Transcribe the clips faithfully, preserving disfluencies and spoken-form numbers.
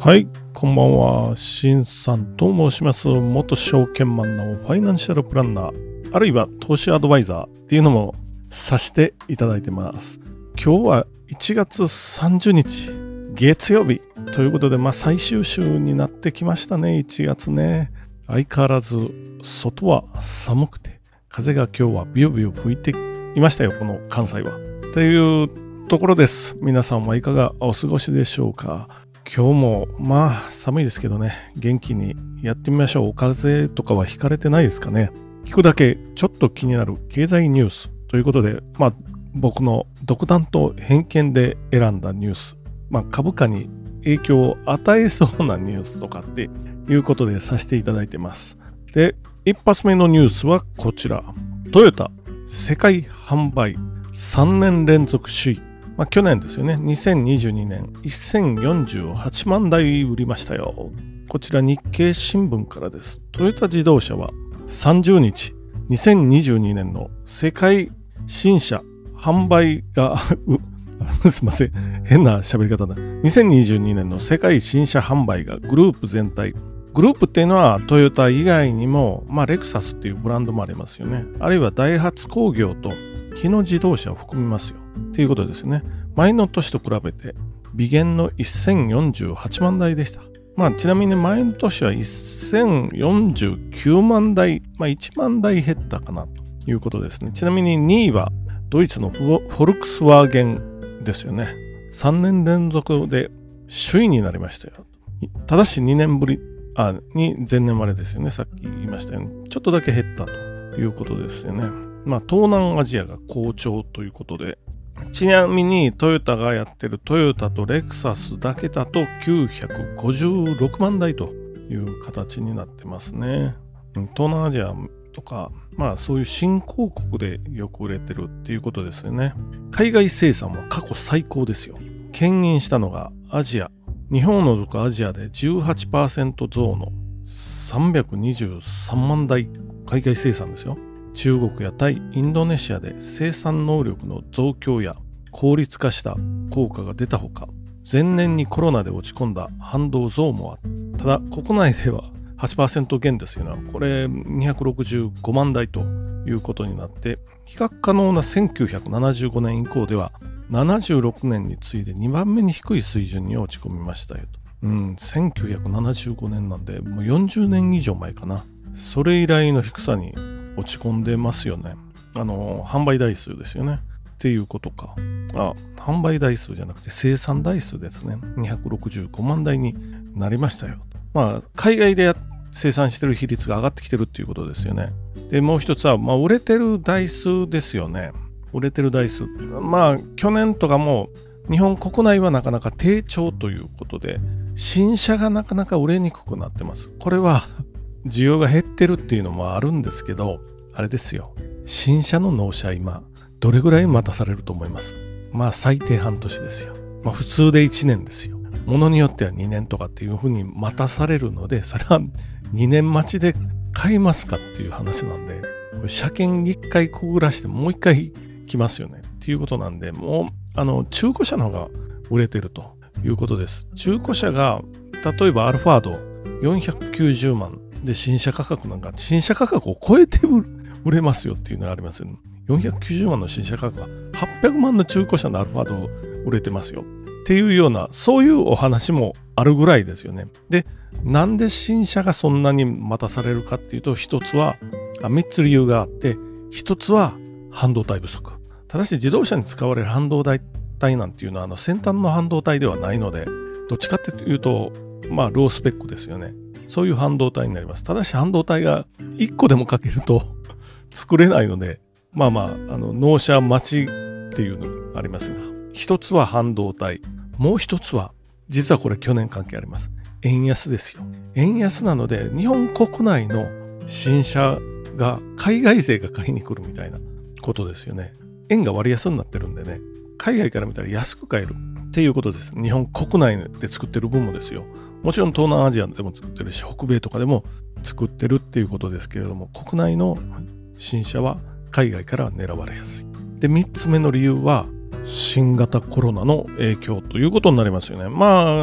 はい、こんばんは。しんさんと申します。元証券マンのファイナンシャルプランナー、あるいは投資アドバイザーっていうのもさせていただいてます。今日はいちがつさんじゅうにち、月曜日ということで、まあ最終週になってきましたね、いちがつね。相変わらず外は寒くて、風が今日はビュービュー吹いていましたよ、この関西は。というところです。皆さんはいかがお過ごしでしょうか。今日もまあ寒いですけどね、元気にやってみましょう。お風邪とかはひかれてないですかね。聞くだけちょっと気になる経済ニュースということで、まあ僕の独断と偏見で選んだニュース、まあ株価に影響を与えそうなニュースとかっていうことでさせていただいてます。で、一発目のニュースはこちら。トヨタ世界販売さんねん連続首位。まあ、去年ですよね、にせんにじゅうにねんせんよんじゅうはちまんだい売りましたよ。こちら日経新聞からです。トヨタ自動車はさんじゅうにち、にせんにじゅうにねんの世界新車販売がすいません、変な喋り方だ。にせんにじゅうにねんの世界新車販売がグループ全体、グループっていうのはトヨタ以外にも、まあ、レクサスっていうブランドもありますよね。あるいはダイハツ工業と日野自動車を含みますよ。ということですね。前の年と比べて微減のせんよんじゅうはちまんだいでした。まあちなみに前の年はせんよんじゅうきゅうまんだい、まあいちまんだい減ったかなということですね。ちなみににいはドイツのフォルクスワーゲンですよね。さんねん連続で首位になりましたよ。ただしにねんぶりあに前年までですよね。さっき言いましたようにちょっとだけ減ったということですよね。まあ東南アジアが好調ということで、ちなみにトヨタがやってるトヨタとレクサスだけだときゅうひゃくごじゅうろくまんだいという形になってますね。東南アジアとか、まあそういう新興国でよく売れてるっていうことですよね。海外生産は過去最高ですよ。牽引したのがアジア。日本を除くアジアで じゅうはちパーセント 増のさんびゃくにじゅうさんまんだい海外生産ですよ。中国やタイ、インドネシアで生産能力の増強や効率化した効果が出たほか、前年にコロナで落ち込んだ反動増もあった。ただ、国内では はちパーセント 減ですよね。これにひゃくろくじゅうごまんだいということになって、比較可能なせんきゅうひゃくななじゅうごねん以降では、ななじゅうろくねんに次いでにばんめに低い水準に落ち込みましたよと。うん、せんきゅうひゃくななじゅうごねんなんで、もうよんじゅうねん以上前かな。それ以来の低さに落ち込んでますよね。あの、販売台数ですよね。っていうことか。あ、販売台数じゃなくて生産台数ですね。にひゃくろくじゅうごまんだいになりましたよ。まあ、海外で生産してる比率が上がってきてるっていうことですよね。で、もう一つは、まあ、売れてる台数ですよね。売れてる台数。まあ、去年とかも日本国内はなかなか低調ということで、新車がなかなか売れにくくなってます。これは需要が減ってるっていうのもあるんですけど、あれですよ。新車の納車今、どれぐらい待たされると思います？まあ最低半年ですよ。まあ普通でいちねんですよ。ものによってはにねんとかっていうふうに待たされるので、それはにねん待ちで買いますかっていう話なんで、これ車検いっかいくぐらしてもういっかい来ますよねっていうことなんで、もうあの中古車の方が売れてるということです。中古車が例えばアルファードよんひゃくきゅうじゅうまんで、新車価格なんか新車価格を超えて売れますよっていうのがありますよね。よんひゃくきゅうじゅうまんの新車価格がはっぴゃくまんの中古車のアルファード売れてますよっていうような、そういうお話もあるぐらいですよね。で、なんで新車がそんなに待たされるかっていうと、一つはみっつ理由があって、一つは半導体不足。ただし自動車に使われる半導体なんていうのはあの先端の半導体ではないので、どっちかっていうとまあロースペックですよね。そういう半導体になります。ただし半導体がいっこでもかけると作れないので、まあまあ、あの納車待ちっていうのがありますが、一つは半導体、もう一つは実はこれ去年関係あります。円安ですよ。円安なので日本国内の新車が海外勢が買いに来るみたいなことですよね。円が割安になってるんでね、海外から見たら安く買えるっていうことです。日本国内で作ってる分もですよ。もちろん東南アジアでも作ってるし、北米とかでも作ってるっていうことですけれども、国内の新車は海外から狙われやすい。で、みっつめの理由は新型コロナの影響ということになりますよね。まあ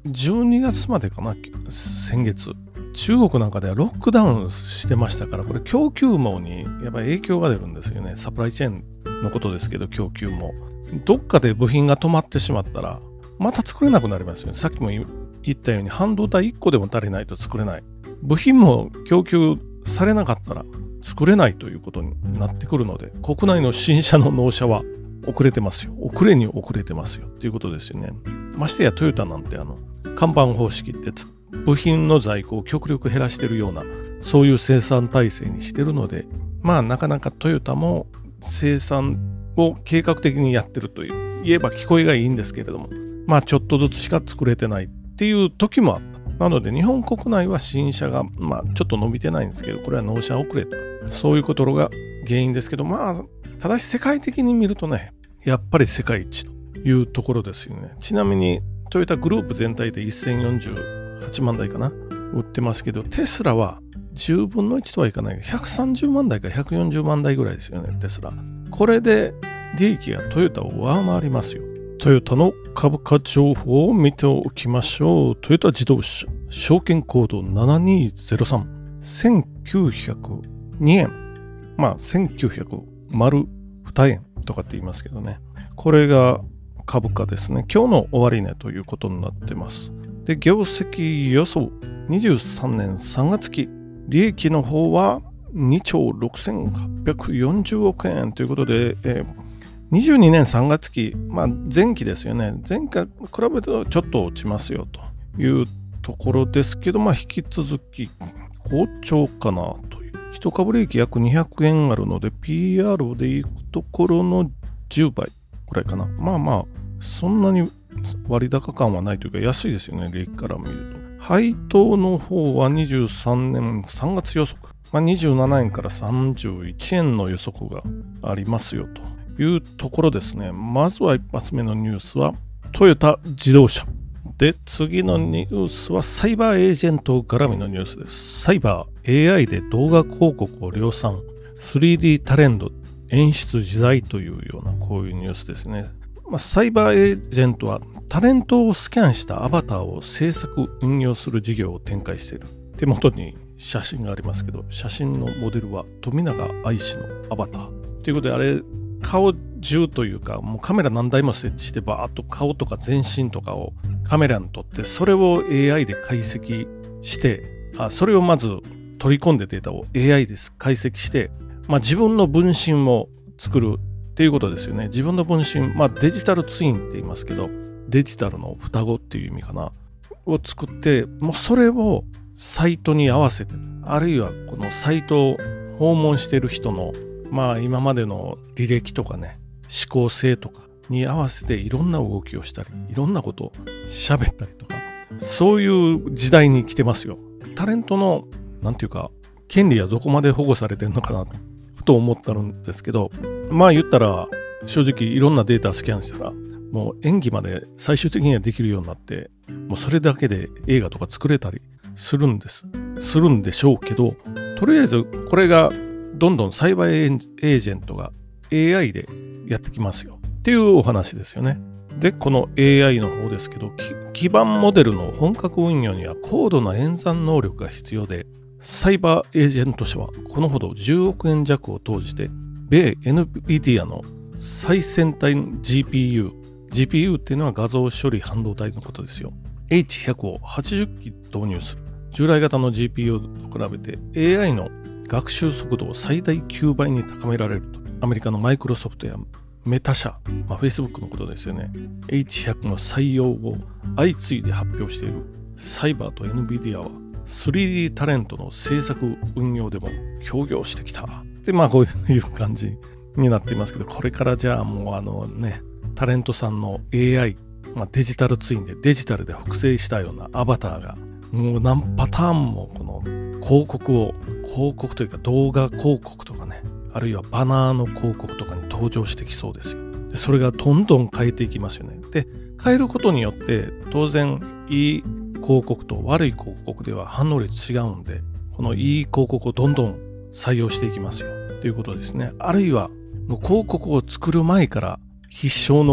じゅうにがつまでかな、先月。中国なんかではロックダウンしてましたから、これ供給網にやっぱり影響が出るんですよね。サプライチェーンのことですけど、供給網。どっかで部品が止まってしまったら、また作れなくなりますよね。さっきも言ったように、半導体いっこでも足りないと作れない。部品も供給されなかったら作れないということになってくるので、国内の新車の納車は遅れてますよ。遅れに遅れてますよっていうことですよね。ましてやトヨタなんてあの看板方式って部品の在庫を極力減らしているようなそういう生産体制にしてるので、まあなかなかトヨタも生産を計画的にやってるという言えば聞こえがいいんですけれども、まあちょっとずつしか作れてないっていう時もあった。なので日本国内は新車がまあちょっと伸びてないんですけど、これは納車遅れとかそういうことが原因ですけど、まあただし世界的に見るとね、やっぱり世界一というところですよね。ちなみにトヨタグループ全体でせんよんじゅうはちまんだいかな売ってますけど、テスラはじゅうぶんのいちとはいかないがひゃくさんじゅうまんだいかひゃくよんじゅうまんだいぐらいですよね、テスラ。これで利益がトヨタを上回りますよ。トヨタの株価情報を見ておきましょう。トヨタ自動車証券コードななにゼロさん、せんきゅうひゃくにえん、まあせんきゅうひゃく丸にえんとかって言いますけどね、これが株価ですね。今日の終値ということになってます。で、業績予想にじゅうさんねんさんがつき、利益の方はにちょうろくせんはっぴゃくよんじゅうおくえんということで、えー、にじゅうにねんさんがつき、まあ、前期ですよね。前回比べるとちょっと落ちますよというところですけど、まあ、引き続き好調かなという。一株利益約にひゃくえんあるので、ピーアール でいくところのじゅうばいくらいかな。まあまあ、そんなに割高感はないというか安いですよね、利益から見ると。配当の方はにじゅうさんねんさんがつ予測。まあ、にじゅうななえんからさんじゅういちえんの予測がありますよというところですね。まずは一発目のニュースはトヨタ自動車。で、次のニュースはサイバーエージェント絡みのニュースです。サイバー エーアイ で動画広告を量産。スリーディー タレント演出自在というようなこういうニュースですね。まあ、サイバーエージェントはタレントをスキャンしたアバターを制作運用する事業を展開している。手元に写真がありますけど、写真のモデルは富永愛氏のアバターということで、あれ顔中というか、もうカメラ何台も設置してバーッと顔とか全身とかをカメラに撮って、それを エーアイ で解析して、あそれをまず取り込んでデータを エーアイ で解析して、まあ、自分の分身を作るっていうことですよね。自分の分身、まあデジタルツインって言いますけど、デジタルの双子っていう意味かなを作って、もうそれをサイトに合わせて、あるいはこのサイトを訪問している人のまあ今までの履歴とかね、思考性とかに合わせていろんな動きをしたり、いろんなことを喋ったりとか、そういう時代に来てますよ。タレントのなんていうか権利はどこまで保護されてるのかなとふと思ったんですけど、まあ言ったら正直いろんなデータスキャンしたらもう演技まで最終的にはできるようになって、もうそれだけで映画とか作れたりするんですするんでしょうけど、とりあえずこれがどんどんサイバーエージェントが エーアイ でやってきますよっていうお話ですよね。で、この エーアイ の方ですけど、基盤モデルの本格運用には高度な演算能力が必要で、サイバーエージェント社はこのほどじゅうおくえん弱を投じて、米 エヌビディアの最先端 ジーピーユー、ジーピーユー っていうのは画像処理半導体のことですよ。エイチひゃく をはちじゅっき導入する。従来型の ジーピーユー と比べて エーアイ の学習速度を最大きゅうばいに高められると、アメリカのマイクロソフトやメタ社、まあ、Facebook のことですよね。エイチひゃく の採用を相次いで発表しているサイバーと エヌビディアは スリーディー タレントの制作運用でも協業してきた。で、まあこういう感じになっていますけど、これからじゃあもうあのね、タレントさんの エーアイ、まあ、デジタルツインでデジタルで複製したようなアバターがもう何パターンもこの広告を広告というか動画広告とかね、あるいはバナーの広告とかに登場してきそうですよ。でそれがどんどん変えていきますよね。で、変えることによって当然いい広告と悪い広告では反応率違うんで、このいい広告をどんどん採用していきますよということですね。あるいはもう広告を作る前から必勝の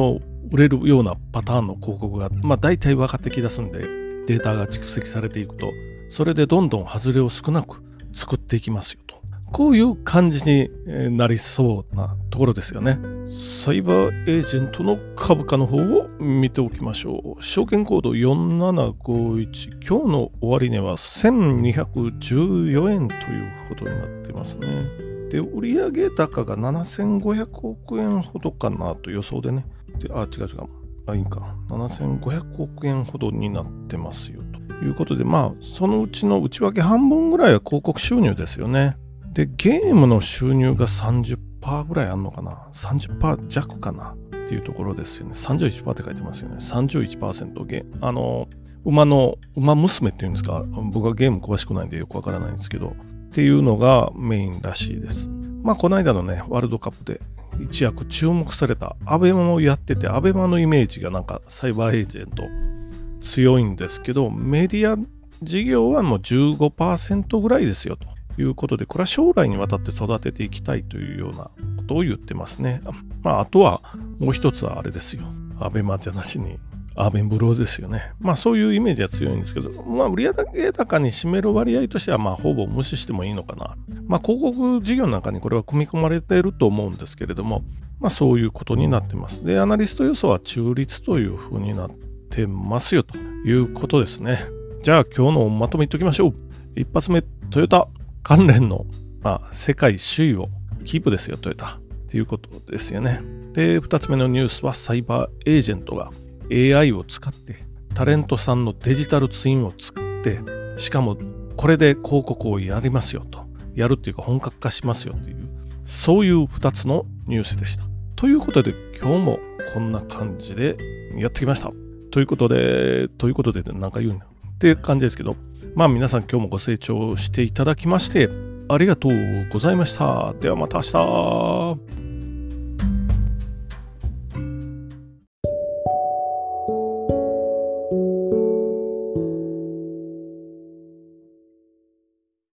売れるようなパターンの広告が、まあ、大体分かってきだすんで、データが蓄積されていくと、それでどんどん外れを少なく作っていきますよと。こういう感じになりそうなところですよね。サイバーエージェントの株価の方を見ておきましょう。証券コードよんななごいち、今日の終値はせんにひゃくじゅうよえんということになってますね。で、売上高がななせんごひゃくおくえんほどかなと予想でね。であ、違う違う。あ、いいか。ななせんごひゃくおくえんほどになってますよということで、まあ、そのうちの内訳半分ぐらいは広告収入ですよね。で、ゲームの収入が さんじゅっパーセント ぐらいあるのかな ?さんじゅっパーセント 弱かなっていうところですよね。さんじゅういちパーセント って書いてますよね。さんじゅういちパーセント ゲーム。あの、馬の、馬娘っていうんですか、僕はゲーム詳しくないんでよくわからないんですけど、っていうのがメインらしいです。まあ、この間のね、ワールドカップで一躍注目されたアベマをやってて、アベマのイメージがなんかサイバーエージェント強いんですけど、メディア事業はもう じゅうごパーセント ぐらいですよと。いうことで、これは将来にわたって育てていきたいというようなことを言ってますね。まあ、あとはもう一つはあれですよ。アベマじゃなしにアーベンブローですよね。まあそういうイメージは強いんですけど、まあ売上高に占める割合としてはまあほぼ無視してもいいのかな。まあ広告事業の中にこれは組み込まれていると思うんですけれども、まあそういうことになってます。で、アナリスト予想は中立というふうになってますよということですね。じゃあ今日のまとめいっておきましょう。一発目、トヨタ。関連の、まあ、世界首位をキープですよ、トヨタ。ということですよね。で、二つ目のニュースはサイバーエージェントが エーアイ を使ってタレントさんのデジタルツインを作って、しかもこれで広告をやりますよと。やるっていうか本格化しますよという、そういう二つのニュースでした。ということで今日もこんな感じでやってきました。ということで、ということでなんか言うんだって感じですけど、まあ皆さん今日もご清聴していただきましてありがとうございました。ではまた明日。